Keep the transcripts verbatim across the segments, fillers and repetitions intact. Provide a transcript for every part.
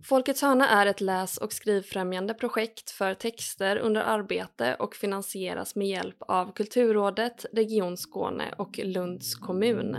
Folkets hörna är ett läs- och skrivfrämjande projekt för texter under arbete och finansieras med hjälp av Kulturrådet, Region Skåne och Lunds kommun.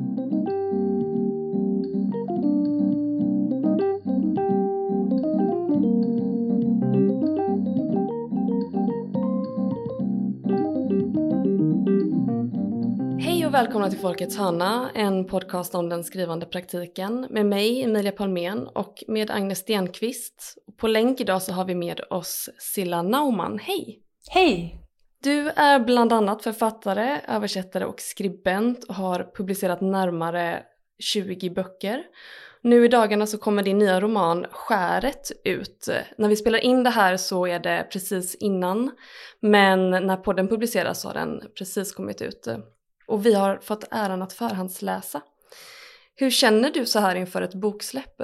Hej och välkomna till Folkets hörna, en podcast om den skrivande praktiken med mig, Emilia Palmén, och med Agnes Stenqvist. På länk idag så har vi med oss Silla Naumann. Hej! Hej! Du är bland annat författare, översättare och skribent och har publicerat närmare tjugo böcker. Nu i dagarna så kommer din nya roman Skäret ut. När vi spelar in det här så är det precis innan, men när podden publiceras så har den precis kommit ut. Och vi har fått äran att förhandsläsa. Hur känner du så här inför ett boksläpp?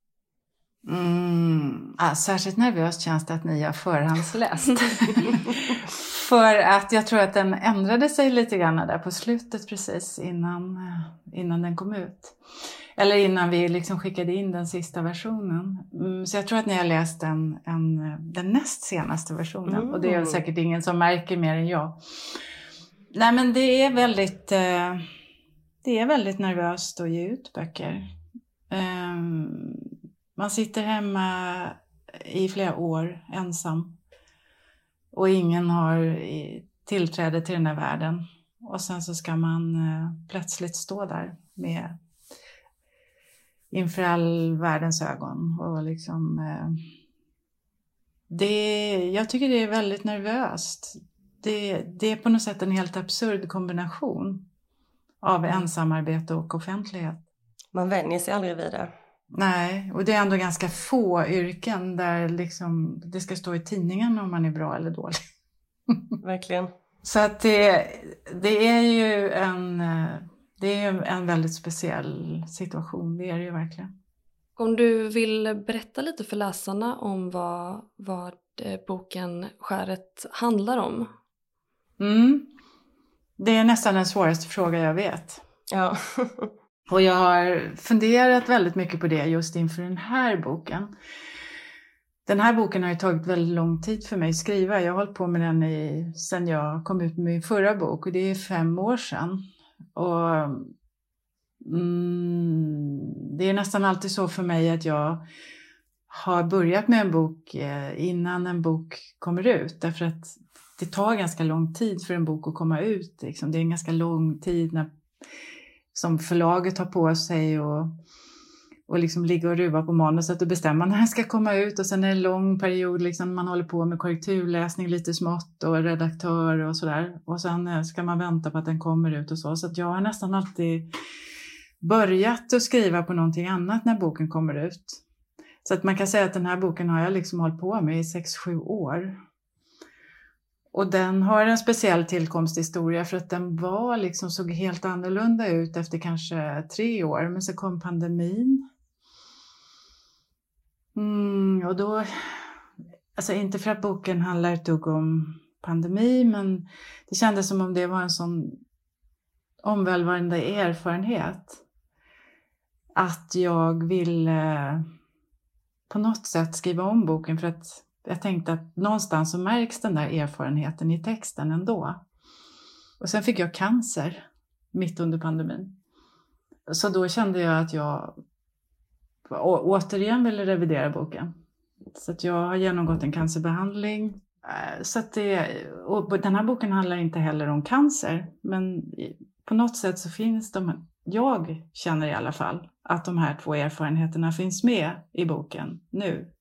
Mm, ja, särskilt nervöst känns det att ni har förhandsläst. För att jag tror att den ändrade sig lite grann där på slutet precis innan, innan den kom ut. Eller innan vi liksom skickade in den sista versionen. Mm, så jag tror att ni har läst en, en, den näst senaste versionen. Mm. Och det är säkert ingen som märker mer än jag. Nej, men det är väldigt, eh, det är väldigt nervöst att ge ut böcker. Um, man sitter hemma i flera år ensam. Och ingen har tillträde till den här världen. Och sen så ska man eh, plötsligt stå där med inför all världens ögon. Och liksom, eh, det, jag tycker det är väldigt nervöst. Det, det är på något sätt en helt absurd kombination av ensamarbete och offentlighet. Man vänjer sig aldrig vid det. Nej, och det är ändå ganska få yrken där liksom det ska stå i tidningen om man är bra eller dålig. Verkligen. Så att det, det är ju en, det är en väldigt speciell situation, det är det ju verkligen. Om du vill berätta lite för läsarna om vad, vad boken Skäret handlar om. Mm. Det är nästan den svåraste fråga jag vet. Ja. Och jag har funderat väldigt mycket på det just inför den här boken. Den här boken har ju tagit väldigt lång tid för mig att skriva. Jag har hållit på med den i, sedan jag kom ut med min förra bok. Och det är fem år sedan. Och mm, det är nästan alltid så för mig att jag har börjat med en bok innan en bok kommer ut. Därför att det tar ganska lång tid för en bok att komma ut. Liksom. Det är en ganska lång tid när, som förlaget har på sig och, och liksom ligga och ruva på manuset och bestämma när den ska komma ut. Och sen är det en lång period liksom, man håller på med korrekturläsning lite smått och redaktör och sådär. Och sen ska man vänta på att den kommer ut och så. Så att jag har nästan alltid börjat att skriva på någonting annat när boken kommer ut. Så att man kan säga att den här boken har jag liksom hållit på med i sex sju år. Och den har en speciell tillkomsthistoria för att den var liksom, såg helt annorlunda ut efter kanske tre år. Men så kom pandemin. Mm, och då, alltså inte för att boken handlar ett dugg om pandemi, men det kändes som om det var en sån omvälvande erfarenhet. Att jag ville på något sätt skriva om boken för att jag tänkte att någonstans så märks den där erfarenheten i texten ändå. Och sen fick jag cancer mitt under pandemin. Så då kände jag att jag å- återigen ville revidera boken. Så att jag har genomgått en cancerbehandling. Så att det, och den här boken handlar inte heller om cancer. Men på något sätt så finns de, jag känner i alla fall att de här två erfarenheterna finns med i boken nu.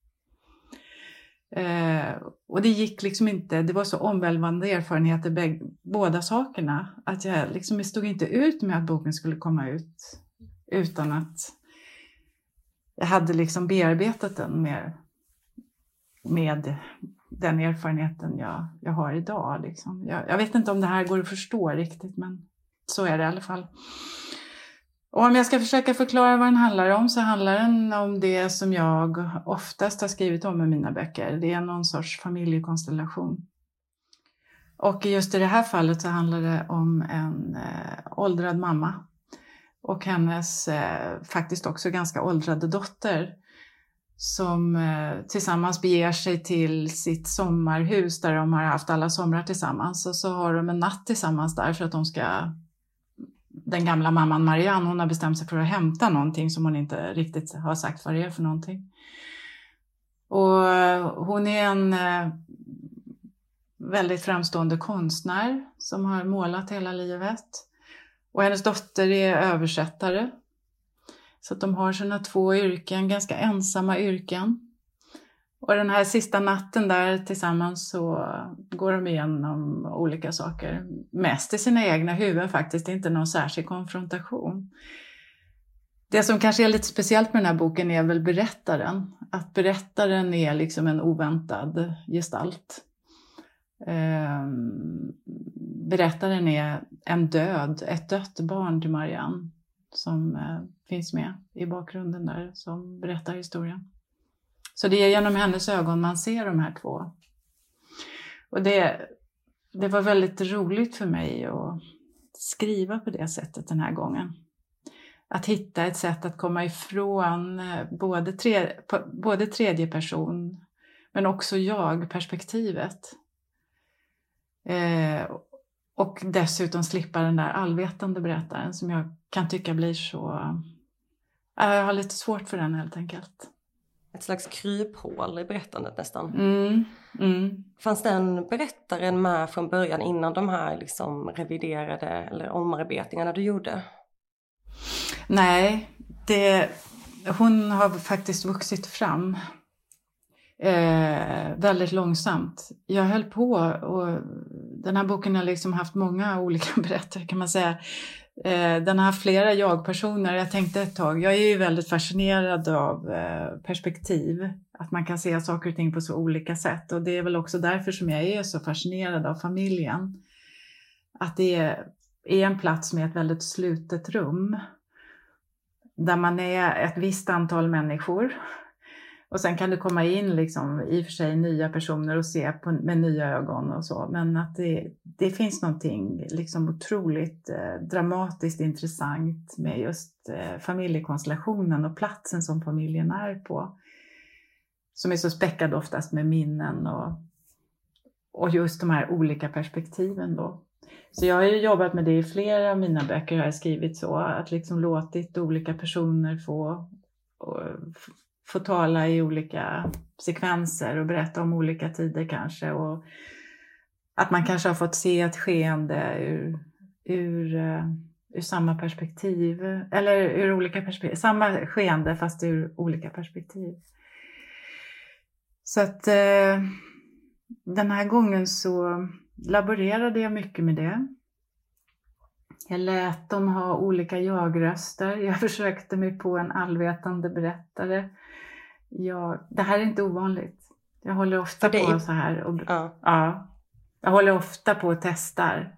Eh, och det gick liksom inte, det var så omvälvande erfarenheter bäg, båda sakerna att jag liksom stod inte ut med att boken skulle komma ut utan att jag hade liksom bearbetat den med, med den erfarenheten jag, jag har idag liksom. jag, jag vet inte om det här går att förstå riktigt, men så är det i alla fall. Och om jag ska försöka förklara vad den handlar om, så handlar den om det som jag oftast har skrivit om i mina böcker. Det är någon sorts familjekonstellation. Och just i det här fallet så handlar det om en eh, åldrad mamma och hennes eh, faktiskt också ganska åldrade dotter som eh, tillsammans beger sig till sitt sommarhus där de har haft alla somrar tillsammans. Och så har de en natt tillsammans där för att de ska... Den gamla mamman Marianne, hon har bestämt sig för att hämta någonting som hon inte riktigt har sagt vad det är för någonting. Och hon är en eh, väldigt framstående konstnär som har målat hela livet. Och hennes dotter är översättare. Så att de har sina två yrken, ganska ensamma yrken. Och den här sista natten där tillsammans så går de igenom olika saker. Mest i sina egna huvuden faktiskt, det är inte någon särskild konfrontation. Det som kanske är lite speciellt med den här boken är väl berättaren. Att berättaren är liksom en oväntad gestalt. Berättaren är en död, ett dött barn till Marianne som finns med i bakgrunden där som berättar historien. Så det är genom hennes ögon man ser de här två. Och det, det var väldigt roligt för mig att skriva på det sättet den här gången. Att hitta ett sätt att komma ifrån både, tre, både tredje person men också jag-perspektivet. Eh, och dessutom slippa den där allvetande berättaren som jag kan tycka blir så... Eh, jag har lite svårt för den helt enkelt. Ett slags kryphål i berättandet nästan. Mm, mm. Fanns den berättaren med från början innan de här liksom reviderade eller omarbetningarna du gjorde? Nej, det, hon har faktiskt vuxit fram eh, väldigt långsamt. Jag höll på och den här boken har liksom haft många olika berättare kan man säga. Eh, den har haft flera jag-personer. Jag tänkte ett tag, jag är ju väldigt fascinerad av eh, perspektiv. Att man kan se saker och ting på så olika sätt. Och det är väl också därför som jag är så fascinerad av familjen. Att det är, är en plats med ett väldigt slutet rum. Där man är ett visst antal människor. Och sen kan du komma in liksom, i och för sig nya personer och se på, med nya ögon och så. Men att det, det finns någonting liksom otroligt eh, dramatiskt intressant med just eh, familjekonstellationen och platsen som familjen är på. Som är så späckad oftast med minnen och, och just de här olika perspektiven då. Så jag har ju jobbat med det i flera av mina böcker har jag skrivit så. Att liksom låtit olika personer få... Och, få tala i olika sekvenser och berätta om olika tider kanske. Och att man kanske har fått se ett skeende ur, ur, ur samma perspektiv. Eller ur olika perspektiv. Samma skeende fast ur olika perspektiv. Så att eh, den här gången så laborerade jag mycket med det. Jag lät dem ha olika jag-röster. Jag försökte mig på en allvetande berättare. Jag, det här är inte ovanligt. Jag håller ofta på så här. Och, ja. Ja, jag håller ofta på och testar.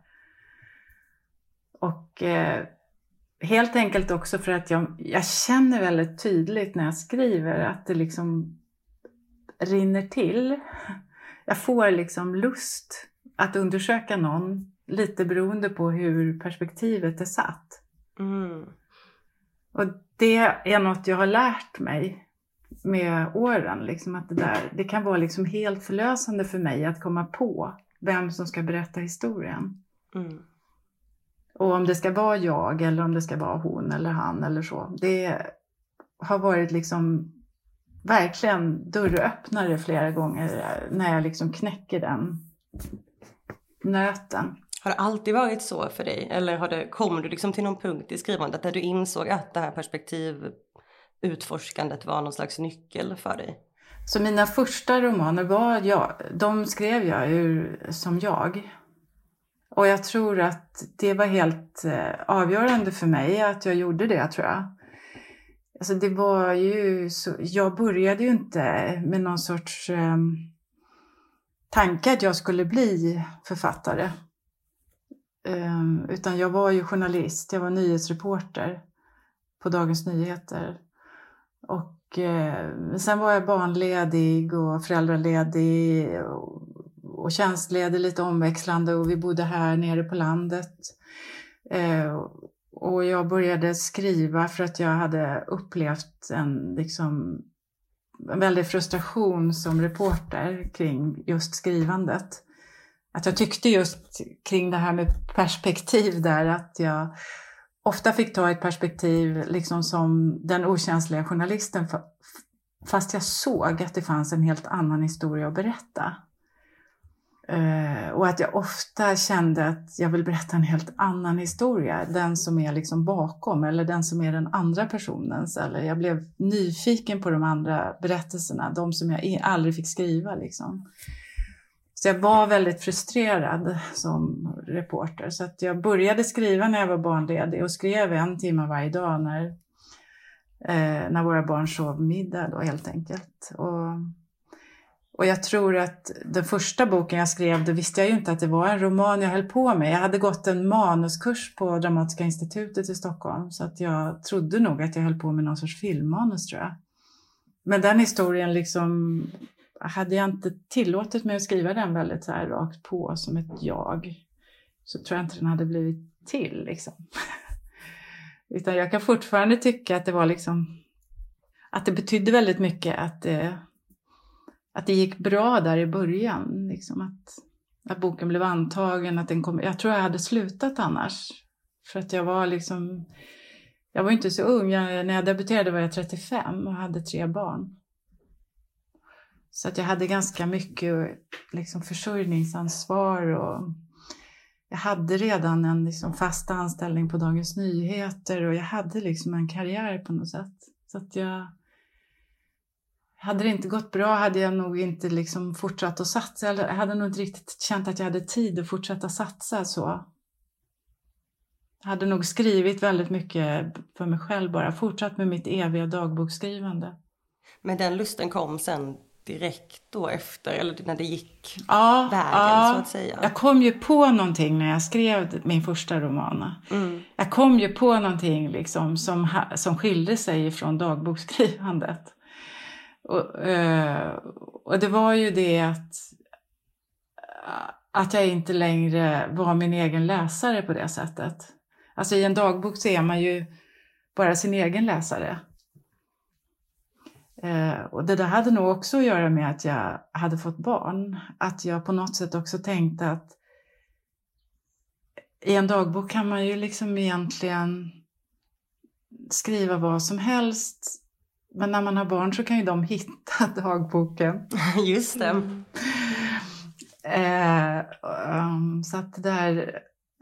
Och eh, helt enkelt också för att jag, jag känner väldigt tydligt när jag skriver att det liksom rinner till. Jag får liksom lust att undersöka någon. Lite beroende på hur perspektivet är satt. Mm. Och det är något jag har lärt mig med åren. Liksom att det, där, det kan vara liksom helt förlösande för mig att komma på vem som ska berätta historien. Mm. Och om det ska vara jag eller om det ska vara hon eller han eller så. Det har varit liksom verkligen dörröppnare flera gånger när jag liksom knäcker den nöten. Har det alltid varit så för dig? Eller har det, kom du liksom till någon punkt i skrivandet där du insåg att det här perspektivutforskandet var någon slags nyckel för dig? Så mina första romaner var jag, de skrev jag ur som jag. Och jag tror att det var helt avgörande för mig att jag gjorde det, tror jag. Alltså det var ju så, jag började ju inte med någon sorts eh, tanke att jag skulle bli författare. Eh, utan jag var ju journalist, jag var nyhetsreporter på Dagens Nyheter. Och eh, sen var jag barnledig och föräldraledig och, och tjänstledig lite omväxlande, och vi bodde här nere på landet. Eh, och jag började skriva för att jag hade upplevt en liksom en väldig frustration som reporter kring just skrivandet. Att jag tyckte just kring det här med perspektiv där att jag ofta fick ta ett perspektiv liksom som den okänsliga journalisten fast jag såg att det fanns en helt annan historia att berätta. Uh, och att jag ofta kände att jag vill berätta en helt annan historia. Den som är liksom bakom eller den som är den andra personens. Eller jag blev nyfiken på de andra berättelserna. De som jag aldrig fick skriva liksom. Så jag var väldigt frustrerad som reporter. Så att jag började skriva när jag var barnledig. Och skrev en timme varje dag när, eh, när våra barn sov middag då helt enkelt. Och... Och jag tror att den första boken jag skrev, då visste jag ju inte att det var en roman jag höll på med. Jag hade gått en manuskurs på Dramatiska institutet i Stockholm. Så att jag trodde nog att jag höll på med någon sorts filmmanus tror jag. Men den historien liksom, hade jag inte tillåtit mig att skriva den väldigt så här rakt på som ett jag. Så tror jag inte den hade blivit till liksom. Utan jag kan fortfarande tycka att det var liksom, att det betydde väldigt mycket att det... Att det gick bra där i början. Liksom att, att boken blev antagen. Att den kom, jag tror jag hade slutat annars. För att jag var liksom... Jag var inte så ung. Jag, när jag debuterade var jag trettiofem och hade tre barn. Så att jag hade ganska mycket liksom, försörjningsansvar. Och jag hade redan en liksom, fast anställning på Dagens Nyheter. Och jag hade liksom en karriär på något sätt. Så att jag... Hade det inte gått bra hade jag nog inte liksom fortsatt att satsa. Jag hade nog inte riktigt känt att jag hade tid att fortsätta satsa så. Jag hade nog skrivit väldigt mycket för mig själv bara. Fortsatt med mitt eviga dagboksskrivande. Men den lusten kom sen direkt då efter, eller när det gick ja, vägen ja, så att säga? Jag kom ju på någonting när jag skrev min första roman. Mm. Jag kom ju på någonting liksom som, som skilde sig från dagboksskrivandet. Och, och det var ju det att, att jag inte längre var min egen läsare på det sättet. Alltså i en dagbok så är man ju bara sin egen läsare. Och det där hade nog också att göra med att jag hade fått barn. Att jag på något sätt också tänkte att i en dagbok kan man ju liksom egentligen skriva vad som helst. Men när man har barn så kan ju de hitta dagboken. Just det. Mm. Eh, um, så att det där...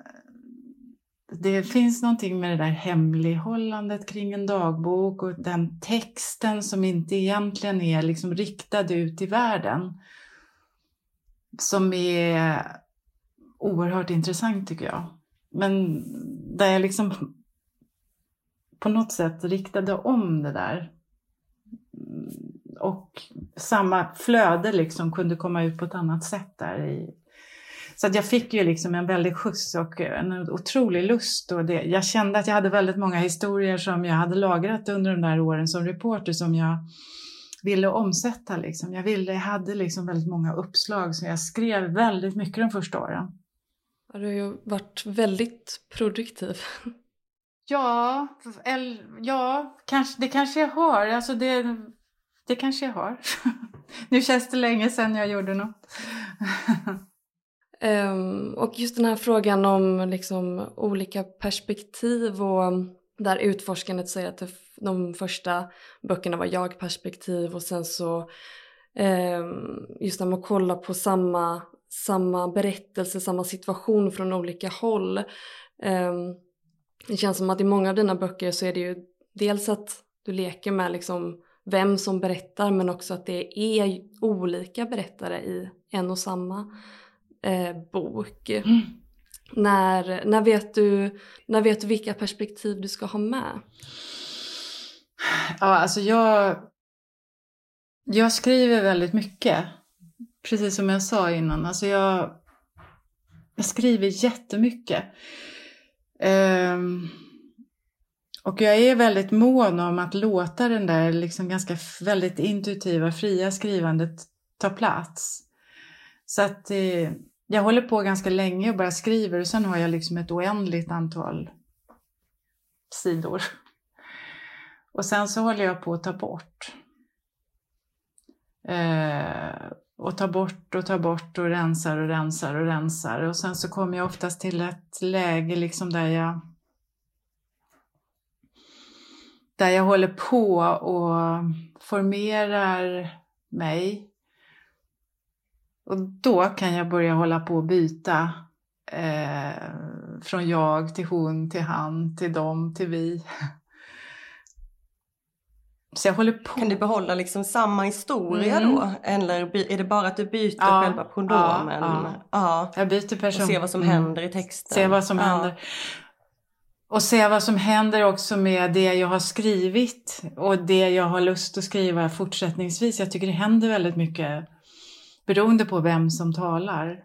Det finns någonting med det där hemlighållandet kring en dagbok. Och den texten som inte egentligen är liksom riktad ut i världen. Som är oerhört intressant tycker jag. Men där jag liksom på något sätt riktade om det där. Och samma flöde liksom kunde komma ut på ett annat sätt där i. Så att jag fick ju liksom en väldig skjuts och en otrolig lust. Och det, jag kände att jag hade väldigt många historier som jag hade lagrat under de där åren som reporter som jag ville omsätta. Liksom. Jag, ville, jag hade liksom väldigt många uppslag så jag skrev väldigt mycket de första åren. Du har ju varit väldigt produktiv. Ja, eller, ja kanske, det kanske jag har. Alltså det, det kanske jag har. Nu känns det länge sedan jag gjorde något. um, och just den här frågan om liksom olika perspektiv och där utforskandet säger att det, de första böckerna var jag-perspektiv och sen så um, just när man kollar på samma, samma berättelse, samma situation från olika håll. Um, Det känns som att i många av dina böcker så är det ju dels att du leker med liksom vem som berättar men också att det är olika berättare i en och samma eh, bok. Mm. När, när, vet du, när vet du vilka perspektiv du ska ha med? Ja, alltså jag, jag skriver väldigt mycket. Precis som jag sa innan. Alltså jag, jag skriver jättemycket. Um, och jag är väldigt mån om att låta den där liksom ganska väldigt intuitiva, fria skrivandet ta plats. Så att eh, jag håller på ganska länge och bara skriver och sen har jag liksom ett oändligt antal sidor. Och sen så håller jag på att ta bort. Eh, och tar bort och tar bort och rensar och rensar och rensar. Och sen så kommer jag oftast till ett läge liksom där jag där jag håller på och formerar mig. Och då kan jag börja hålla på och byta eh, från jag till hon, till han, till dem, till vi. Så jag håller på. Kan du behålla liksom samma historia mm. då? Eller är det bara att du byter ja, själva pronomen? Ja, ja. ja. Jag byter person. Och se vad som mm. händer i texten. Se vad som ja. händer. Och se vad som händer också med det jag har skrivit. Och det jag har lust att skriva fortsättningsvis. Jag tycker det händer väldigt mycket. Beroende på vem som talar.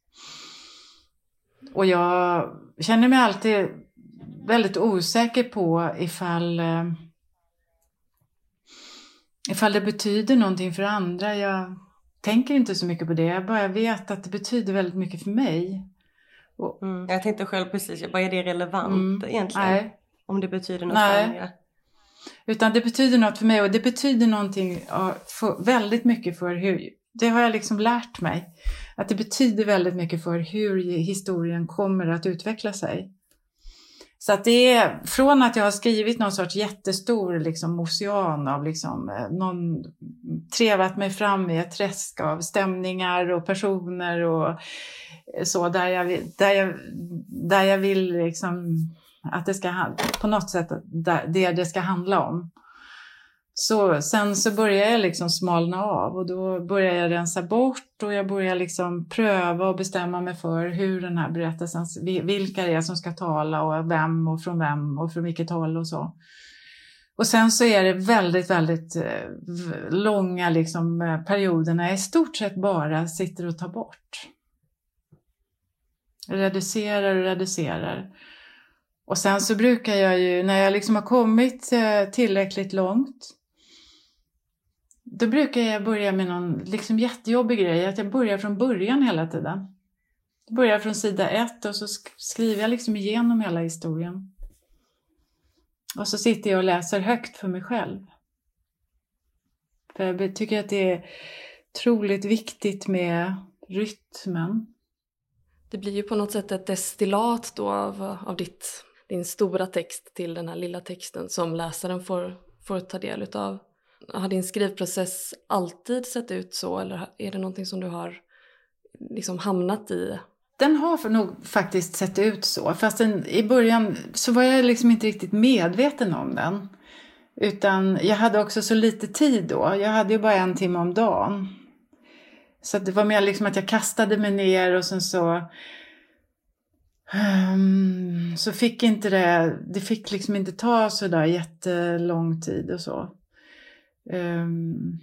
Och jag känner mig alltid väldigt osäker på ifall... Ifall det betyder någonting för andra. Jag tänker inte så mycket på det. Jag bara vet att det betyder väldigt mycket för mig. Och, mm. Jag tänkte själv precis, vad är det relevant mm, egentligen? Nej. Om det betyder något nej. för andra. Utan det betyder något för mig. Och det betyder någonting för, väldigt mycket för hur... Det har jag liksom lärt mig. Att det betyder väldigt mycket för hur historien kommer att utveckla sig. Så att det är från att jag har skrivit någon sorts jättestor liksom, ocean av liksom, någon, trevat mig fram i ett träsk av stämningar och personer och så där jag, där jag, där jag vill liksom, att det ska på något sätt det det ska handla om. Så sen så börjar jag liksom smalna av och då börjar jag rensa bort och jag börjar liksom pröva och bestämma mig för hur den här berättelsen, vilka det är som ska tala och vem och från vem och från vilket håll och så. Och sen så är det väldigt, väldigt långa liksom perioder när jag i stort sett bara sitter och tar bort. Reducerar och reducerar. Och sen så brukar jag ju, när jag liksom har kommit tillräckligt långt, då brukar jag börja med någon liksom jättejobbig grej. Att jag börjar från början hela tiden. Jag börjar från sida ett och så skriver jag liksom igenom hela historien. Och så sitter jag och läser högt för mig själv. För jag tycker att det är otroligt viktigt med rytmen. Det blir ju på något sätt ett destillat då av, av ditt, din stora text till den här lilla texten som läsaren får, får ta del utav. Har din skrivprocess alltid sett ut så eller är det någonting som du har liksom hamnat i? Den har för nog faktiskt sett ut så. Fast den, i början så var jag liksom inte riktigt medveten om den. Utan jag hade också så lite tid då. Jag hade ju bara en timme om dagen. Så det var mer liksom att jag kastade mig ner och sen så... Um, så fick inte det... Det fick liksom inte ta så där jättelång tid och så. Um,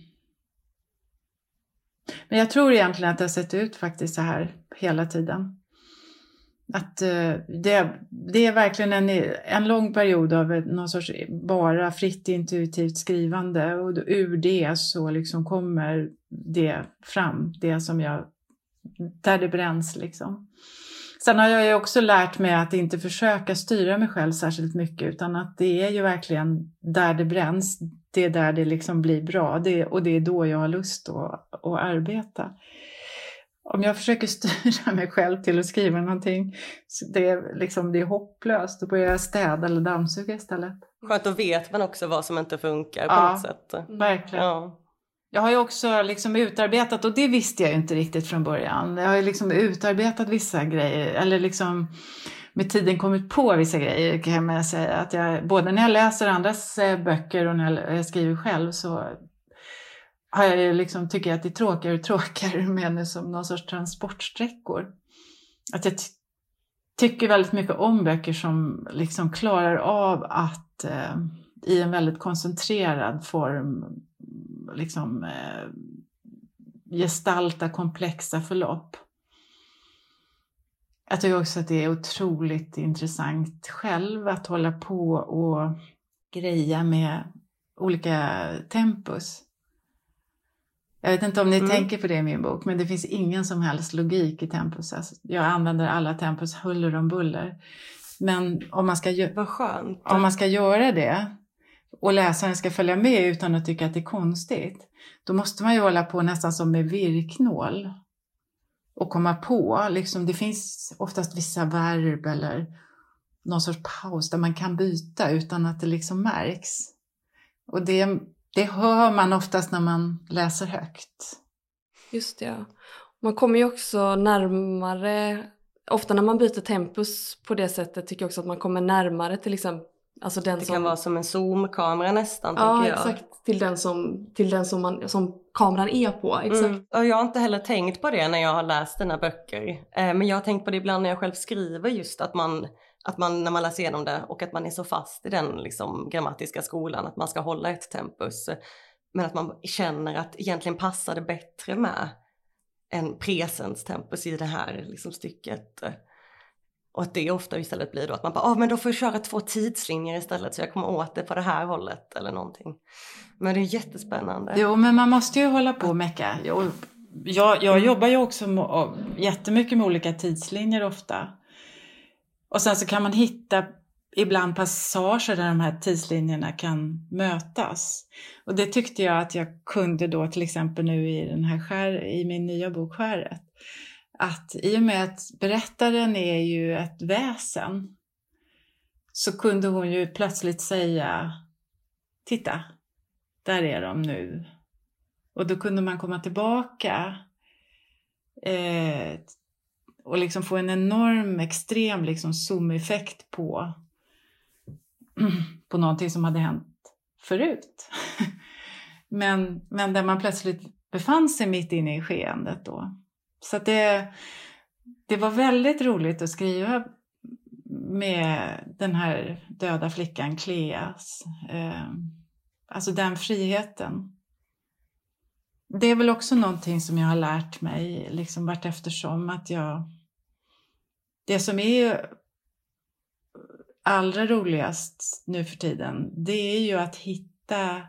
men jag tror egentligen att det har sett ut faktiskt så här hela tiden. Att uh, det, det är verkligen en, en lång period av någon sorts bara fritt intuitivt skrivande. Och ur det så liksom kommer det fram, det som jag, där det bränns liksom. Sen har jag ju också lärt mig att inte försöka styra mig själv särskilt mycket. Utan att det är ju verkligen där det bränns. Det är där det liksom blir bra. Det, och det är då jag har lust att, att arbeta. Om jag försöker styra mig själv till att skriva någonting. Så det, är liksom, det är hopplöst. Då börjar jag städa eller dammsuga istället. Skönt, då vet man också vad som inte funkar på ja, något sätt. Verkligen. Ja. Jag har ju också liksom utarbetat, och det visste jag ju inte riktigt från början. Jag har ju liksom utarbetat vissa grejer, eller liksom med tiden kommit på vissa grejer kan jag säga. Att jag, både när jag läser andras böcker och när jag skriver själv så har jag ju liksom, tycker jag att det är tråkigare och tråkigare med det som någon sorts transportsträckor. Att jag ty- tycker väldigt mycket om böcker som liksom klarar av att eh, i en väldigt koncentrerad form liksom eh, gestalta komplexa förlopp. Jag tycker också att det är otroligt intressant själv att hålla på och greja med olika tempus. Jag vet inte om ni mm. tänker på det i min bok, men det finns ingen som helst logik i tempus. Alltså, jag använder alla tempus huller om buller. Men om man ska, gö- Vad skönt. om man ska göra det och läsaren ska följa med utan att tycka att det är konstigt, då måste man ju hålla på nästan som med virknål och komma på. Liksom, det finns oftast vissa verb eller någon sorts paus där man kan byta utan att det liksom märks. Och det, det hör man oftast när man läser högt. Just det, ja. Man kommer ju också närmare, ofta när man byter tempus på det sättet tycker jag också att man kommer närmare till exempel. Alltså den det som, kan vara som en zoomkamera nästan, ja, tänker jag. exakt, till den som, till den som, man, som kameran är på. Exakt. Mm. Och jag har inte heller tänkt på det när jag har läst dina böcker. Eh, men jag har tänkt på det ibland när jag själv skriver, just att man, att man när man läser igenom det och att man är så fast i den liksom, grammatiska skolan att man ska hålla ett tempus. Men att man känner att egentligen passar det bättre med en presens tempus i det här liksom, stycket. Och att det ofta istället blir då att man bara, ah, men då får jag köra två tidslinjer istället så jag kommer åt det på det här hållet eller någonting. Men det är jättespännande. Jo, men man måste ju hålla på och mecka. Jag, jag, jag jobbar ju också med, jättemycket med olika tidslinjer ofta. Och sen så kan man hitta ibland passager där de här tidslinjerna kan mötas. Och det tyckte jag att jag kunde då till exempel nu i, den här skär, i min nya bok Skäret. Att i och med att berättaren är ju ett väsen så kunde hon ju plötsligt säga, titta, där är de nu. Och då kunde man komma tillbaka eh, och liksom få en enorm, extrem liksom zoom-effekt på, på någonting som hade hänt förut. men, men där man plötsligt befann sig mitt inne i skeendet då. Så att det, det var väldigt roligt att skriva med den här döda flickan Cleas. Eh, alltså den friheten. Det är väl också någonting som jag har lärt mig liksom vart eftersom att jag... Det som är allra roligast nu för tiden, det är ju att hitta...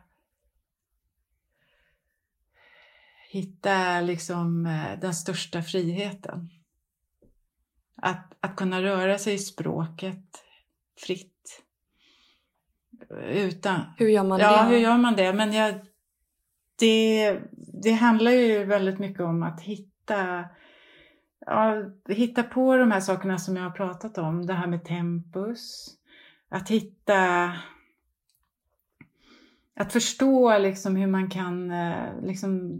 Hitta liksom den största friheten. Att, att kunna röra sig i språket fritt. Utan, hur gör man ja, det? Ja, hur gör man det? Men jag, det, det handlar ju väldigt mycket om att hitta, ja, hitta på de här sakerna som jag har pratat om. Det här med tempus. Att hitta... Att förstå liksom hur man kan... Liksom,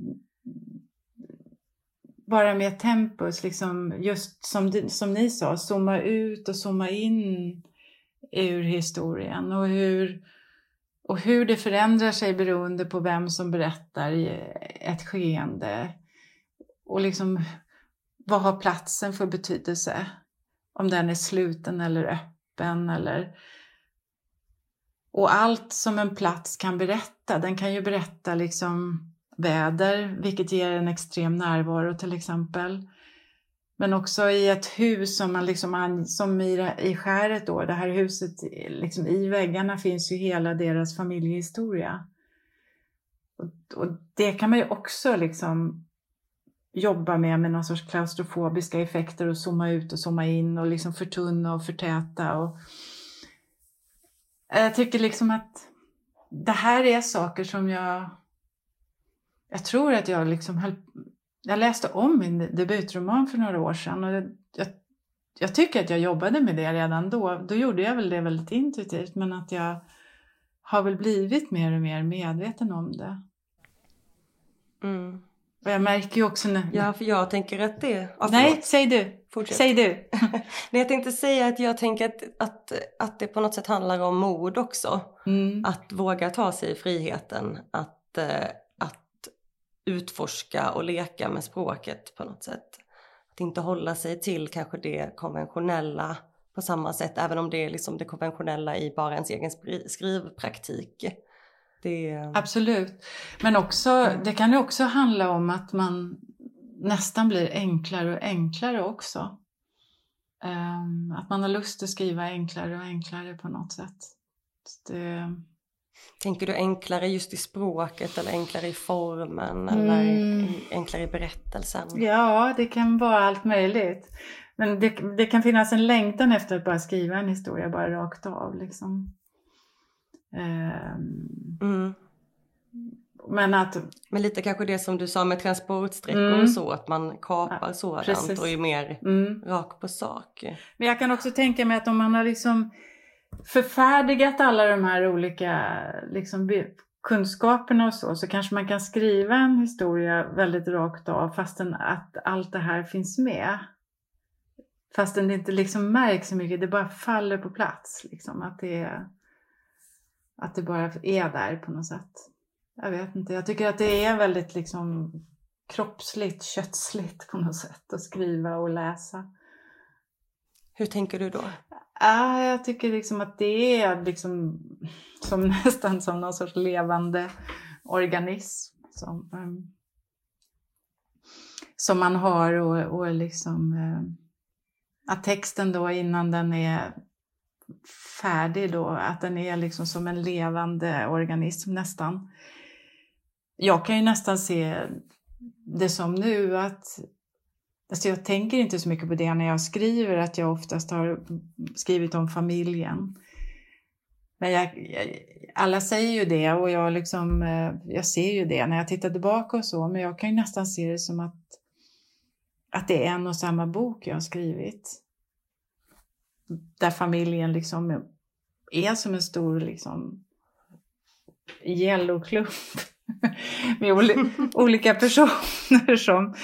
bara med tempus, liksom, just som, som ni sa, zooma ut och zooma in ur historien. Och hur, och hur det förändrar sig beroende på vem som berättar ett skeende. Och liksom, vad har platsen för betydelse? Om den är sluten eller öppen. Eller... Och allt som en plats kan berätta. Den kan ju berätta liksom... väder, vilket ger en extrem närvaro till exempel. Men också i ett hus som man liksom, som i, i Skäret då, det här huset, liksom i väggarna finns ju hela deras familjehistoria. Och, och det kan man ju också liksom jobba med, med någon sorts klaustrofobiska effekter och zooma ut och zooma in och liksom förtunna och förtäta. Och jag tycker liksom att det här är saker som jag Jag tror att jag liksom höll, jag läste om min debutroman för några år sedan och jag, jag, jag tycker att jag jobbade med det redan då. Då gjorde jag väl det väldigt intuitivt, men att jag har väl blivit mer och mer medveten om det. Mm. Och jag märker ju också när... Ja, för jag tänker att det... Ja, nej, säg du. Fortsätt. Säg du. Nej, jag tänkte säga att jag tänker att, att, att det på något sätt handlar om mod också. Mm. Att våga ta sig i friheten. Att... att utforska och leka med språket på något sätt. Att inte hålla sig till kanske det konventionella på samma sätt, även om det är liksom det konventionella i bara ens egen skrivpraktik. Det... Absolut. Men också, mm. det kan ju också handla om att man nästan blir enklare och enklare också. Um, att man har lust att skriva enklare och enklare på något sätt. Det... Tänker du enklare just i språket eller enklare i formen eller mm. enklare i berättelsen? Ja, det kan vara allt möjligt. Men det, det kan finnas en längtan efter att bara skriva en historia bara rakt av. Liksom. Um, mm. Men, att, men lite kanske det som du sa med transportsträckor mm. och så, att man kapar ja, sådant precis. Och är mer mm. rak på sak. Men jag kan också tänka mig att om man har liksom förfärdigat alla de här olika liksom, kunskaperna och så, så kanske man kan skriva en historia väldigt rakt av fastän att allt det här finns med. Fastän det inte liksom märks så mycket, det bara faller på plats. Liksom, att, det, att det bara är där på något sätt. Jag vet inte, jag tycker att det är väldigt liksom kroppsligt, kötsligt på något sätt att skriva och läsa. Hur tänker du då? Ja, jag tycker liksom att det är liksom som nästan som någon sorts levande organism som, um, som man har och, och liksom um, att texten då innan den är färdig då, att den är liksom som en levande organism nästan. Jag kan ju nästan se det som nu att alltså jag tänker inte så mycket på det när jag skriver, att jag oftast har skrivit om familjen. Men jag, jag, alla säger ju det och jag, liksom, jag ser ju det när jag tittar tillbaka och så. Men jag kan ju nästan se det som att, att det är en och samma bok jag har skrivit. Där familjen liksom är som en stor liksom, yellowklump med ol- olika personer som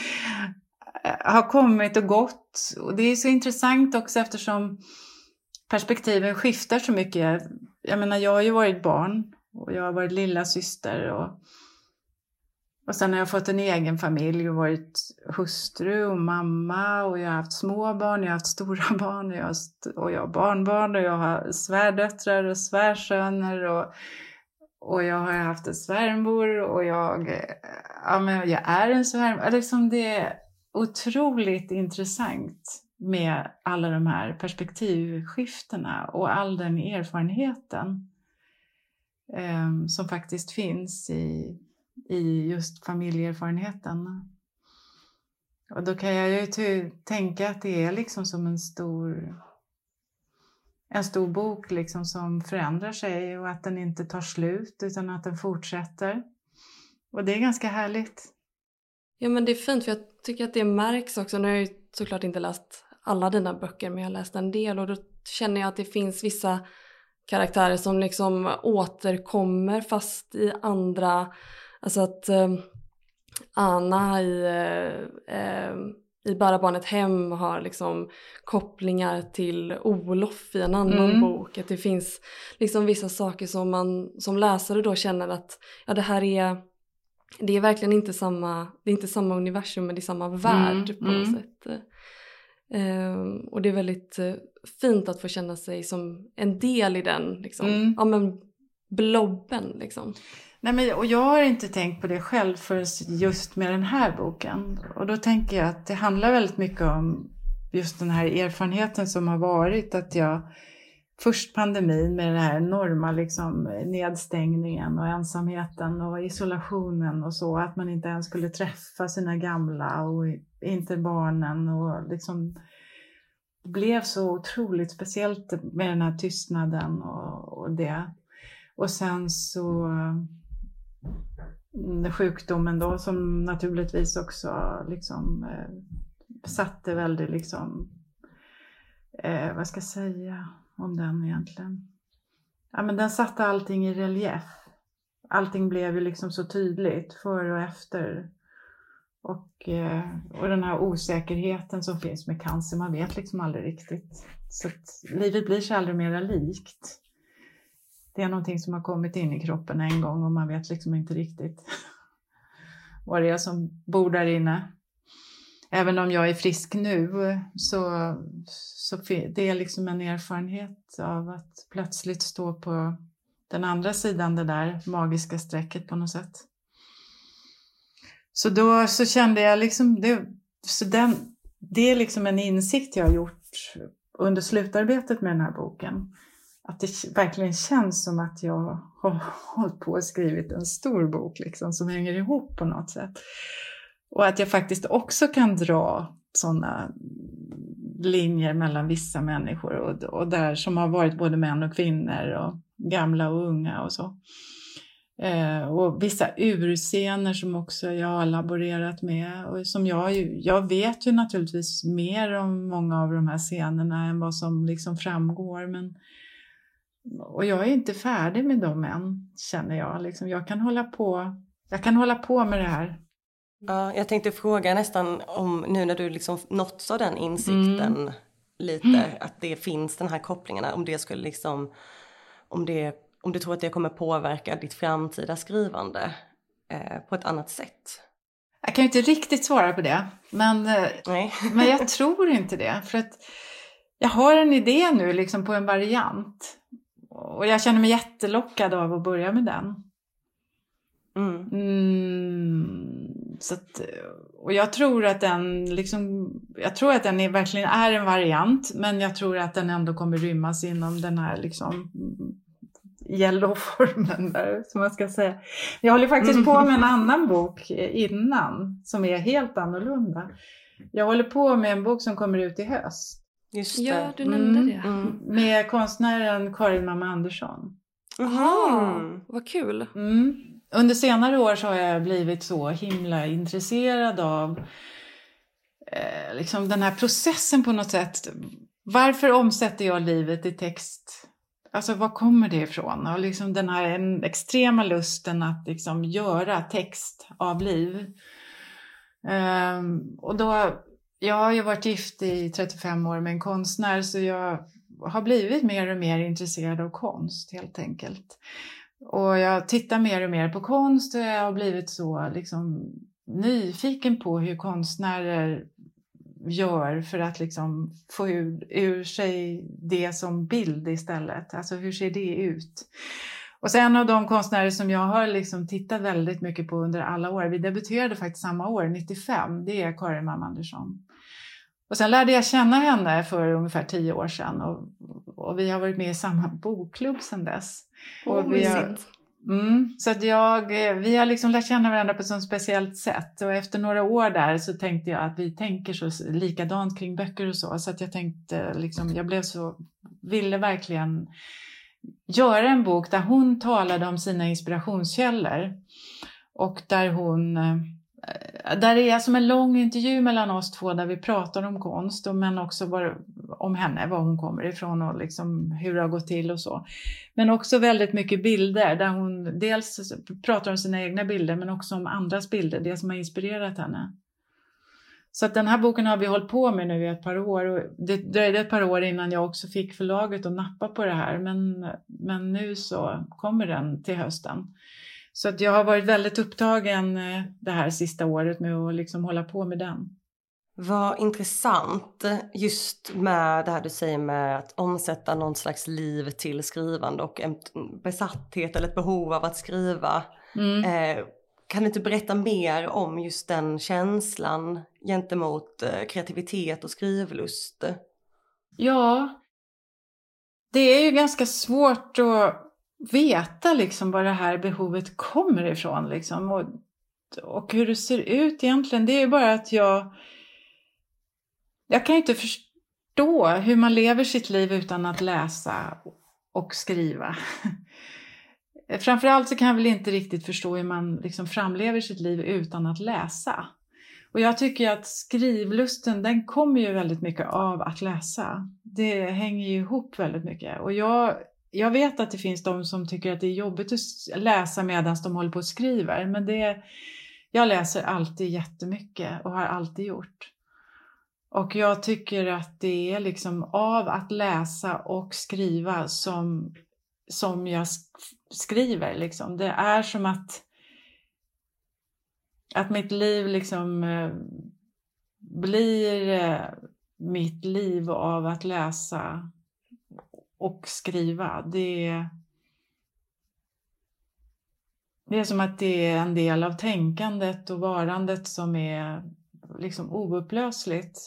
har kommit och gått. Och det är så intressant också eftersom perspektiven skiftar så mycket. Jag menar, jag har ju varit barn och jag har varit lilla syster och, och sen har jag fått en egen familj och varit hustru och mamma och jag har haft små barn, jag har haft stora barn och jag har, st- och jag har barnbarn och jag har svärdöttrar och svärsöner och, och jag har haft en svärmor och jag, ja, men jag är en svärmor. Liksom det är otroligt intressant med alla de här perspektivskiftena och all den erfarenheten eh, som faktiskt finns i, i just familjeerfarenheten. Och då kan jag ju ty- tänka att det är liksom som en stor, en stor bok liksom som förändrar sig och att den inte tar slut utan att den fortsätter. Och det är ganska härligt. Ja, men det är fint för jag tycker att det märks också. Nu har jag ju såklart inte läst alla dina böcker, men jag har läst en del och då känner jag att det finns vissa karaktärer som liksom återkommer fast i andra, alltså att eh, Anna i, eh, i Bara barnet hem har liksom kopplingar till Olof i en annan mm. bok. Att det finns liksom vissa saker som man som läsare då känner att ja, det här är det är verkligen inte samma, det är inte samma universum men det är samma värld mm, på något mm. sätt. Um, och det är väldigt uh, fint att få känna sig som en del i den liksom. Mm. Ja men blobben liksom. Nej, men, och jag har inte tänkt på det själv för just med den här boken. Och då tänker jag att det handlar väldigt mycket om just den här erfarenheten som har varit att jag först pandemin med den här enorma liksom, nedstängningen och ensamheten och isolationen och så. Att man inte ens skulle träffa sina gamla och inte barnen. Och liksom, det blev så otroligt speciellt med den här tystnaden och, och det. Och sen så sjukdomen då som naturligtvis också liksom, eh, satte väldigt liksom, eh, vad ska jag säga om den egentligen. Ja, men den satte allting i relief. Allting blev ju liksom så tydligt före och efter. Och, eh, och den här osäkerheten som finns med cancer, man vet liksom aldrig riktigt. Så att livet blir sig aldrig mera likt. Det är någonting som har kommit in i kroppen en gång och man vet liksom inte riktigt vad det är som bor där inne. Även om jag är frisk nu så, så det är liksom en erfarenhet av att plötsligt stå på den andra sidan det där magiska strecket på något sätt. Så då så kände jag liksom, det, så den, det är liksom en insikt jag har gjort under slutarbetet med den här boken. Att det verkligen känns som att jag har hållit på och skrivit en stor bok liksom, som hänger ihop på något sätt. Och att jag faktiskt också kan dra sådana linjer mellan vissa människor. Och, och där som har varit både män och kvinnor och gamla och unga och så. Eh, och vissa urscener som också jag har laborerat med. Och som jag, jag vet ju naturligtvis mer om många av de här scenerna än vad som liksom framgår. Men, och jag är inte färdig med dem än, känner jag. Liksom, jag kan hålla på, jag kan hålla på med det här. Ja, jag tänkte fråga nästan om nu när du liksom nåtts av den insikten mm. lite. Mm. Att det finns den här kopplingarna. Om det skulle liksom, om det Om du tror att det kommer påverka ditt framtida skrivande eh, på ett annat sätt? Jag kan ju inte riktigt svara på det. Men, Nej. men jag tror inte det. För att jag har en idé nu liksom på en variant. Och jag känner mig jättelockad av att börja med den. Mm. Mm, så att, och jag tror att den liksom, jag tror att den är, verkligen är en variant. Men jag tror att den ändå kommer rymmas inom den här liksom... yellow-formen där, som man ska säga. Jag håller faktiskt på med en annan bok innan som är helt annorlunda. Jag håller på med en bok som kommer ut i höst. Just det. Ja, du nämnde det. Mm. Med konstnären Karin Mamma Andersson. Jaha, mm. vad kul. Mm. Under senare år så har jag blivit så himla intresserad av eh, liksom den här processen på något sätt. Varför omsätter jag livet i text? Alltså var kommer det ifrån? Och liksom den här en extrema lusten att liksom göra text av liv. Um, och då, jag har ju varit gift i trettiofem år med en konstnär, så jag har blivit mer och mer intresserad av konst helt enkelt. Och jag tittar mer och mer på konst och jag har blivit så liksom nyfiken på hur konstnärer gör för att liksom få ur, ur sig det som bild istället. Alltså hur ser det ut? Och sen av de konstnärer som jag har liksom tittat väldigt mycket på under alla år. Vi debuterade faktiskt samma år, nittiofem. Det är Karin Mamma Andersson. Och sen lärde jag känna henne för ungefär tio år sedan. Och, och vi har varit med i samma bokklubb sedan dess. Oh, och vi har, Mm, så att jag, vi har liksom lärt känna varandra på ett sånt speciellt sätt. Och efter några år där så tänkte jag att vi tänker så likadant kring böcker och så. Så att jag tänkte liksom, jag blev så, ville verkligen göra en bok där hon talade om sina inspirationskällor. Och där hon, där det är som en lång intervju mellan oss två där vi pratar om konst. Men också var, om henne, var hon kommer ifrån och liksom hur det har gått till och så. Men också väldigt mycket bilder där hon dels pratar om sina egna bilder men också om andras bilder, det som har inspirerat henne. Så att den här boken har vi hållit på med nu i ett par år. Och det dröjde ett par år innan jag också fick förlaget att nappa på det här. Men, men nu så kommer den till hösten. Så att jag har varit väldigt upptagen det här sista året med att liksom hålla på med den. Vad intressant just med det här du säger med att omsätta någon slags liv till skrivande och en besatthet eller ett behov av att skriva. Mm. Eh, kan du inte berätta mer om just den känslan gentemot eh, kreativitet och skrivlust? Ja, det är ju ganska svårt att veta liksom var det här behovet kommer ifrån liksom, och, och hur det ser ut egentligen. Det är ju bara att jag jag kan inte förstå hur man lever sitt liv utan att läsa och skriva. Framförallt så kan jag väl inte riktigt förstå hur man liksom framlever sitt liv utan att läsa. Och jag tycker att skrivlusten, den kommer ju väldigt mycket av att läsa. Det hänger ju ihop väldigt mycket. Och jag Jag vet att det finns de som tycker att det är jobbigt att läsa medan de håller på och skriver. Men det, jag läser alltid jättemycket och har alltid gjort. Och jag tycker att det är liksom av att läsa och skriva som, som jag skriver. Liksom. Det är som att, att mitt liv liksom blir mitt liv av att läsa och skriva. Det är, det är som att det är en del av tänkandet och varandet som är liksom oupplösligt.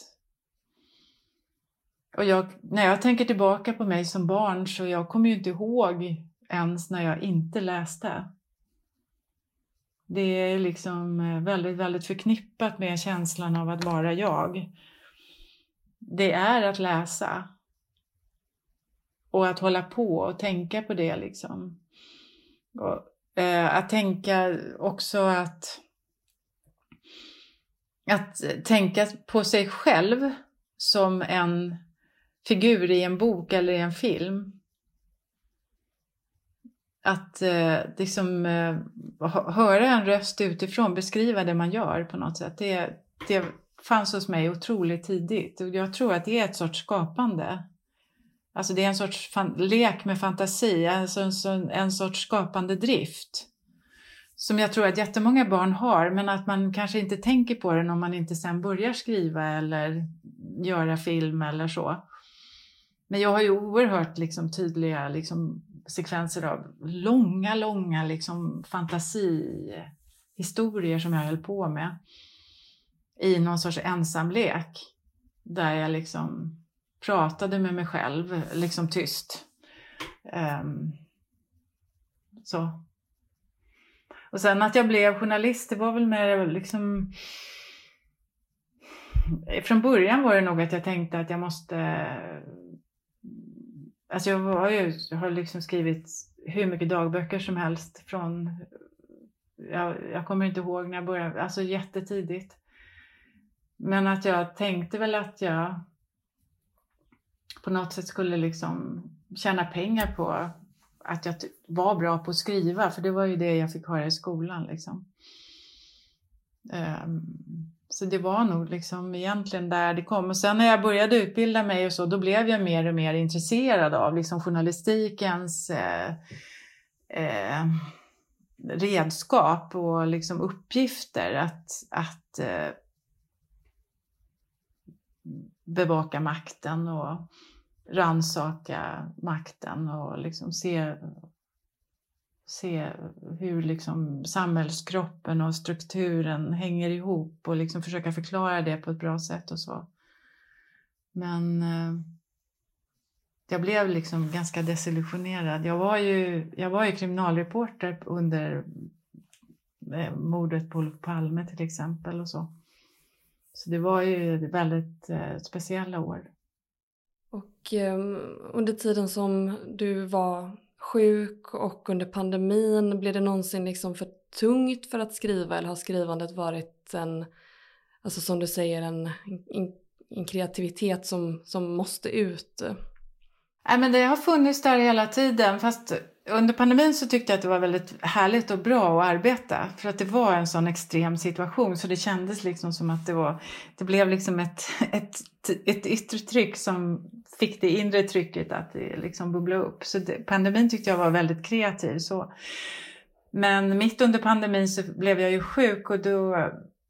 Och jag, när jag tänker tillbaka på mig som barn så jag kommer ju inte ihåg ens när jag inte läste. Det är liksom väldigt, väldigt förknippat med känslan av att vara jag. Det är att läsa. Och att hålla på och tänka på det liksom. Och Eh, att tänka också att, att tänka på sig själv som en figur i en bok eller i en film. Att eh, liksom, eh, höra en röst utifrån beskriva det man gör på något sätt. Det, det fanns hos mig otroligt tidigt. Och jag tror att det är ett sorts skapande. Alltså det är en sorts fan, lek med fantasi. Alltså en, en sorts skapande drift. Som jag tror att jättemånga barn har. Men att man kanske inte tänker på den om man inte sen börjar skriva eller göra film eller så. Men jag har ju oerhört liksom, tydliga liksom, sekvenser av långa, långa liksom, fantasihistorier som jag höll på med. I någon sorts ensamlek. Där jag liksom pratade med mig själv, liksom tyst. Um, så. Och sen att jag blev journalist, det var väl mer liksom... Från början var det nog att jag tänkte att jag måste... Alltså jag, var ju, jag har liksom skrivit hur mycket dagböcker som helst från... Jag, jag kommer inte ihåg när jag började, alltså jättetidigt. Men att jag tänkte väl att jag på något sätt skulle liksom tjäna pengar på att jag var bra på att skriva. För det var ju det jag fick höra i skolan liksom. Um, så det var nog liksom egentligen där det kom. Och sen när jag började utbilda mig och så, då blev jag mer och mer intresserad av liksom journalistikens eh, eh, redskap och liksom uppgifter. Att, att eh, bevaka makten och ransaka makten och liksom se, se hur liksom samhällskroppen och strukturen hänger ihop och liksom försöka förklara det på ett bra sätt och så. Men eh, jag blev liksom ganska desillusionerad. Jag var ju, jag var ju kriminalreporter under eh, mordet på Olof Palme till exempel och så. Så det var ju väldigt eh, speciella år. Och eh, under tiden som du var sjuk och under pandemin, blev det någonsin liksom för tungt för att skriva? Eller har skrivandet varit en, alltså som du säger, en, en, en kreativitet som, som måste ut? Nej, men det har funnits där hela tiden. Fast under pandemin så tyckte jag att det var väldigt härligt och bra att arbeta. För att det var en sån extrem situation. Så det kändes liksom som att det var... Det blev liksom ett, ett, ett yttre tryck som fick det inre trycket att det liksom bubbla upp. Så det, pandemin tyckte jag var väldigt kreativ. Så. Men mitt under pandemin så blev jag ju sjuk och då...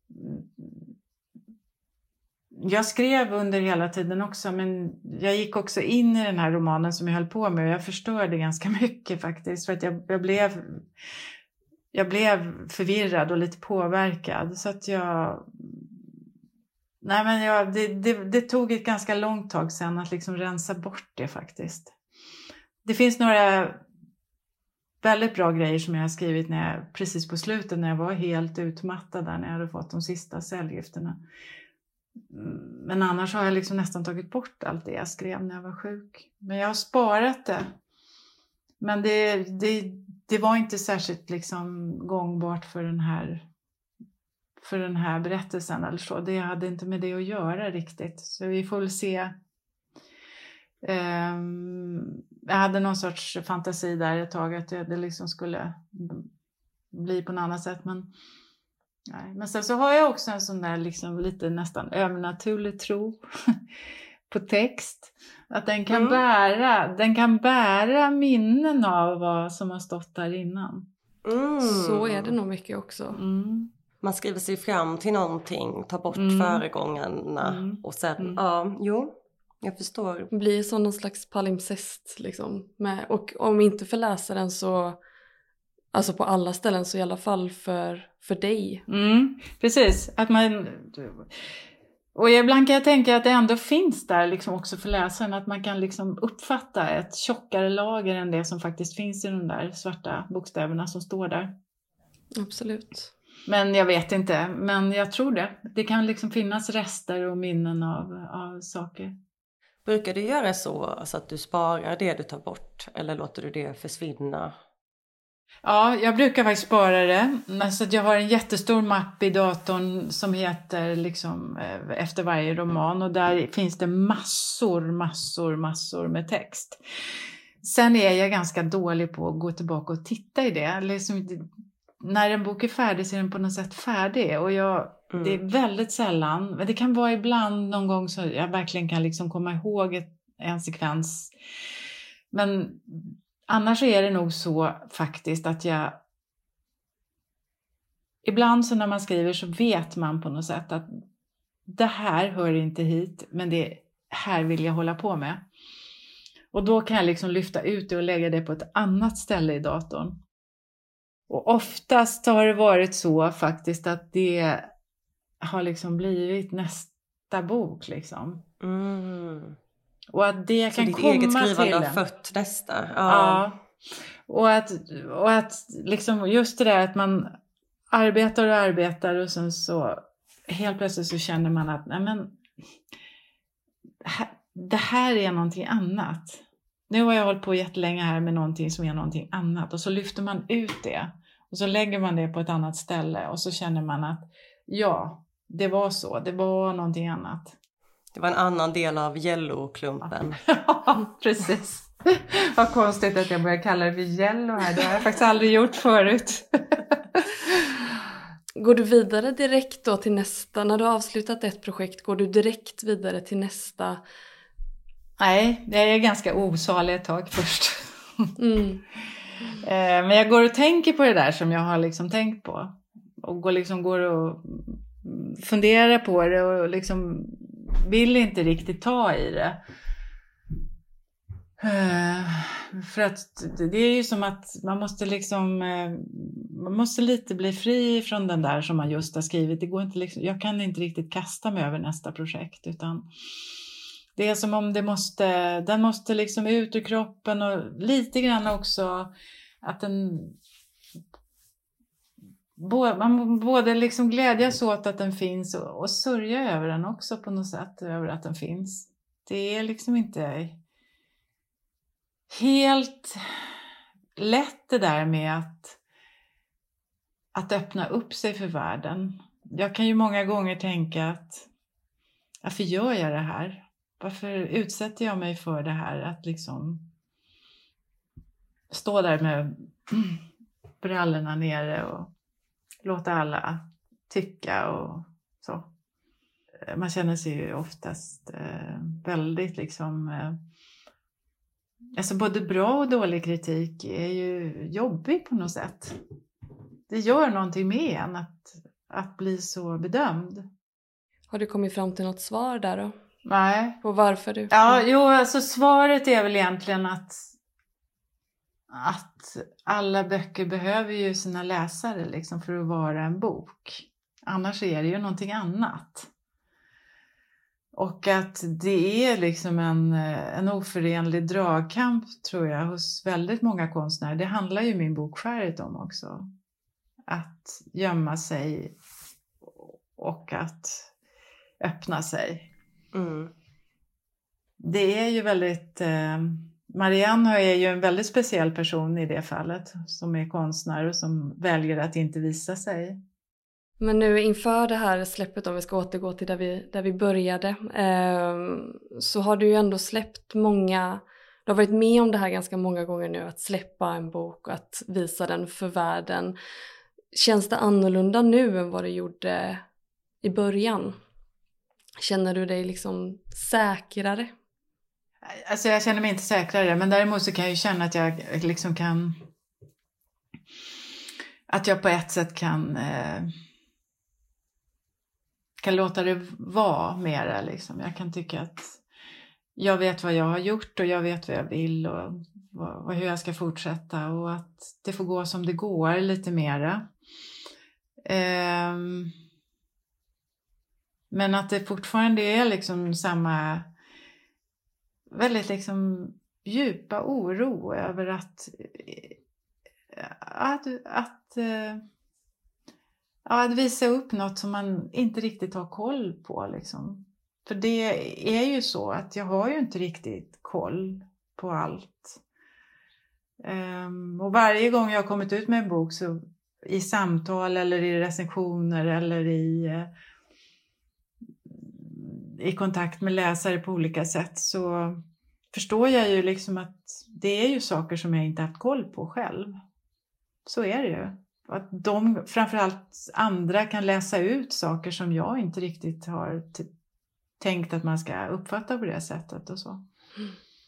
Jag skrev under hela tiden också, men jag gick också in i den här romanen som jag höll på med och jag förstörde ganska mycket faktiskt. För att jag, jag, blev, jag blev förvirrad och lite påverkad. Så att jag... Nej, men jag, det, det, det tog ett ganska långt tag sedan att liksom rensa bort det faktiskt. Det finns några väldigt bra grejer som jag har skrivit när jag, precis på slutet när jag var helt utmattad där när jag hade fått de sista cellgifterna. Men annars har jag liksom nästan tagit bort allt det jag skrev när jag var sjuk. Men jag har sparat det. Men det, det, det var inte särskilt liksom gångbart för den här för den här berättelsen eller så. Det hade inte med det att göra riktigt. Så vi får väl se. Um, jag hade någon sorts fantasi där ett tag att det liksom skulle bli på något annat sätt. Men, nej. Men sen så har jag också en sån där liksom lite nästan övernaturlig tro på text. Att den kan, mm. bära, den kan bära minnen av vad som har stått där innan. Mm. Så är det nog mycket också. Mm. Man skriver sig fram till någonting, tar bort mm. föregångarna mm. och sen, mm. ja, jo, jag förstår. Det blir som någon slags palimpsest liksom. Med, och om inte för läsaren så, alltså på alla ställen så i alla fall för, för dig. Mm, precis, att man... Och ibland kan jag tänka att det ändå finns där liksom också för läsaren. Att man kan liksom uppfatta ett tjockare lager än det som faktiskt finns i de där svarta bokstäverna som står där. Absolut. Men jag vet inte, men jag tror det. Det kan liksom finnas rester och minnen av, av saker. Brukar du göra så, så att du sparar det du tar bort? Eller låter du det försvinna? Ja, jag brukar faktiskt spara det. Alltså, jag har en jättestor mapp i datorn som heter liksom, efter varje roman. Och där finns det massor, massor, massor med text. Sen är jag ganska dålig på att gå tillbaka och titta i det. Liksom, när en bok är färdig så är den på något sätt färdig. Och jag, mm. det är väldigt sällan, men det kan vara ibland någon gång så jag verkligen kan liksom komma ihåg ett, en sekvens. Men annars är det nog så faktiskt att jag, ibland så när man skriver så vet man på något sätt att det här hör inte hit, men det här vill jag hålla på med. Och då kan jag liksom lyfta ut det och lägga det på ett annat ställe i datorn. Och oftast har det varit så faktiskt att det har liksom blivit nästa bok liksom. Mm. Och att det så kan ditt komma eget skrivande till har en. fött nästa. Ja. Ja. Och att, och att liksom just det där att man arbetar och arbetar och sen så helt plötsligt så känner man att nej men, det här är någonting annat. Nu har jag hållit på jättelänge här med någonting som är någonting annat. Och så lyfter man ut det. Och så lägger man det på ett annat ställe. Och så känner man att ja, det var så. Det var någonting annat. Det var en annan del av Yellow-klumpen. Ja, precis. Vad konstigt att jag börjar kalla det för Yellow här. Det har jag faktiskt aldrig gjort förut. Går du vidare direkt då till nästa? När du har avslutat ett projekt, går du direkt vidare till nästa? Nej, jag är ganska osalig ett tag först. Mm. Men jag går och tänker på det där som jag har liksom tänkt på. Och går, liksom går och funderar på det och liksom vill inte riktigt ta i det. För att det är ju som att man måste liksom, man måste lite bli fri från den där som man just har skrivit. Det går inte liksom, jag kan inte riktigt kasta mig över nästa projekt utan det är som om det måste, den måste liksom ut ur kroppen och lite grann också att den, man både liksom glädjas åt att den finns och, och sörja över den också på något sätt, över att den finns. Det är liksom inte helt lätt det där med att, att öppna upp sig för världen. Jag kan ju många gånger tänka att varför gör jag det här? Varför utsätter jag mig för det här? Att liksom stå där med brallorna nere och låta alla tycka och så. Man känner sig ju oftast eh, väldigt liksom... Eh, alltså både bra och dålig kritik är ju jobbig på något sätt. Det gör någonting med en att, att bli så bedömd. Har du kommit fram till något svar där då? Nej. Och varför du? Ja, jo, alltså svaret är väl egentligen att, att alla böcker behöver ju sina läsare liksom för att vara en bok. Annars är det ju någonting annat. Och att det är liksom en, en oförenlig dragkamp tror jag hos väldigt många konstnärer. Det handlar ju min bok Skäret om också. Att gömma sig och att öppna sig. Mm. Det är ju väldigt... Eh, Marianne är ju en väldigt speciell person i det fallet. Som är konstnär och som väljer att inte visa sig. Men nu inför det här släppet, om vi ska återgå till där vi, där vi började. Eh, så har du ju ändå släppt många... Du har varit med om det här ganska många gånger nu. Att släppa en bok och att visa den för världen. Känns det annorlunda nu än vad det gjorde i början? Känner du dig liksom säkrare? Alltså jag känner mig inte säkrare. Men däremot så kan jag ju känna att jag liksom kan... Att jag på ett sätt kan... Eh, kan låta det vara mera liksom. Jag kan tycka att jag vet vad jag har gjort och jag vet vad jag vill och, och hur jag ska fortsätta. Och att det får gå som det går lite mera. Eh, men att det fortfarande är liksom samma... väldigt liksom djupa oro över att att, att, att visa upp något som man inte riktigt har koll på liksom. För det är ju så att jag har ju inte riktigt koll på allt. Um, och varje gång jag har kommit ut med en bok, så i samtal eller i recensioner eller i, uh, i kontakt med läsare på olika sätt, så förstår jag ju liksom att det är ju saker som jag inte haft koll på själv. Så är det ju. Att de, framförallt andra, kan läsa ut saker som jag inte riktigt har t- tänkt att man ska uppfatta på det sättet och så. Mm.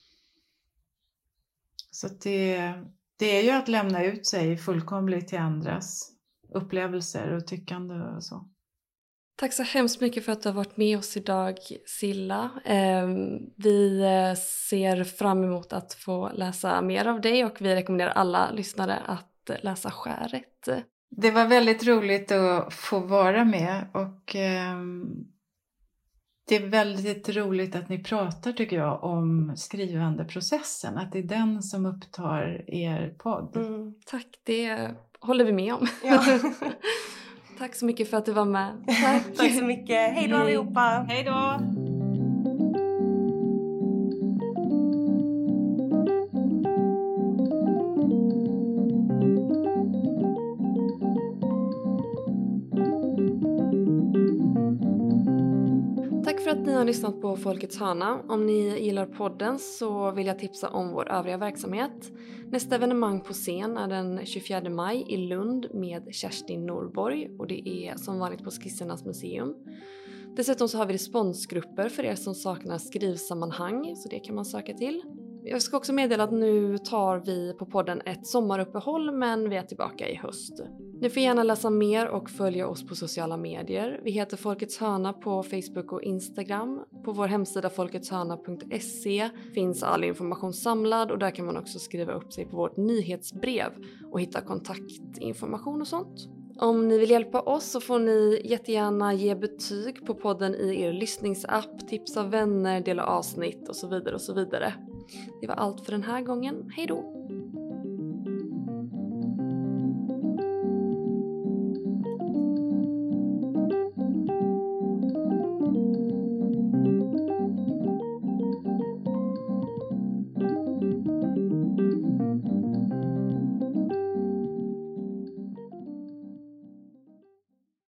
Så det, det är ju att lämna ut sig fullkomligt till andras upplevelser och tyckande och så. Tack så hemskt mycket för att du har varit med oss idag, Silla. Vi ser fram emot att få läsa mer av dig, och vi rekommenderar alla lyssnare att läsa Skäret. Det var väldigt roligt att få vara med, och det är väldigt roligt att ni pratar, tycker jag, om skrivandeprocessen. Att det är den som upptar er podd. Mm, tack, det håller vi med om. Ja. Tack så mycket för att du var med. Tack, tack så mycket. Hej då allihopa. Hej då. Tack för att ni har lyssnat på Folkets hörna. Om ni gillar podden så vill jag tipsa om vår övriga verksamhet. Nästa evenemang på scen är den tjugofjärde maj i Lund med Kerstin Norborg, och det är som vanligt på Skissernas museum. Dessutom så har vi responsgrupper för er som saknar skrivsammanhang, så det kan man söka till. Jag ska också meddela att nu tar vi på podden ett sommaruppehåll, men vi är tillbaka i höst. Ni får gärna läsa mer och följa oss på sociala medier. Vi heter Folkets hörna på Facebook och Instagram. På vår hemsida folketshörna punkt se finns all information samlad, och där kan man också skriva upp sig på vårt nyhetsbrev och hitta kontaktinformation och sånt. Om ni vill hjälpa oss så får ni jättegärna ge betyg på podden i er lyssningsapp, tipsa vänner, dela avsnitt och så vidare och så vidare. Det var allt för den här gången. Hej då!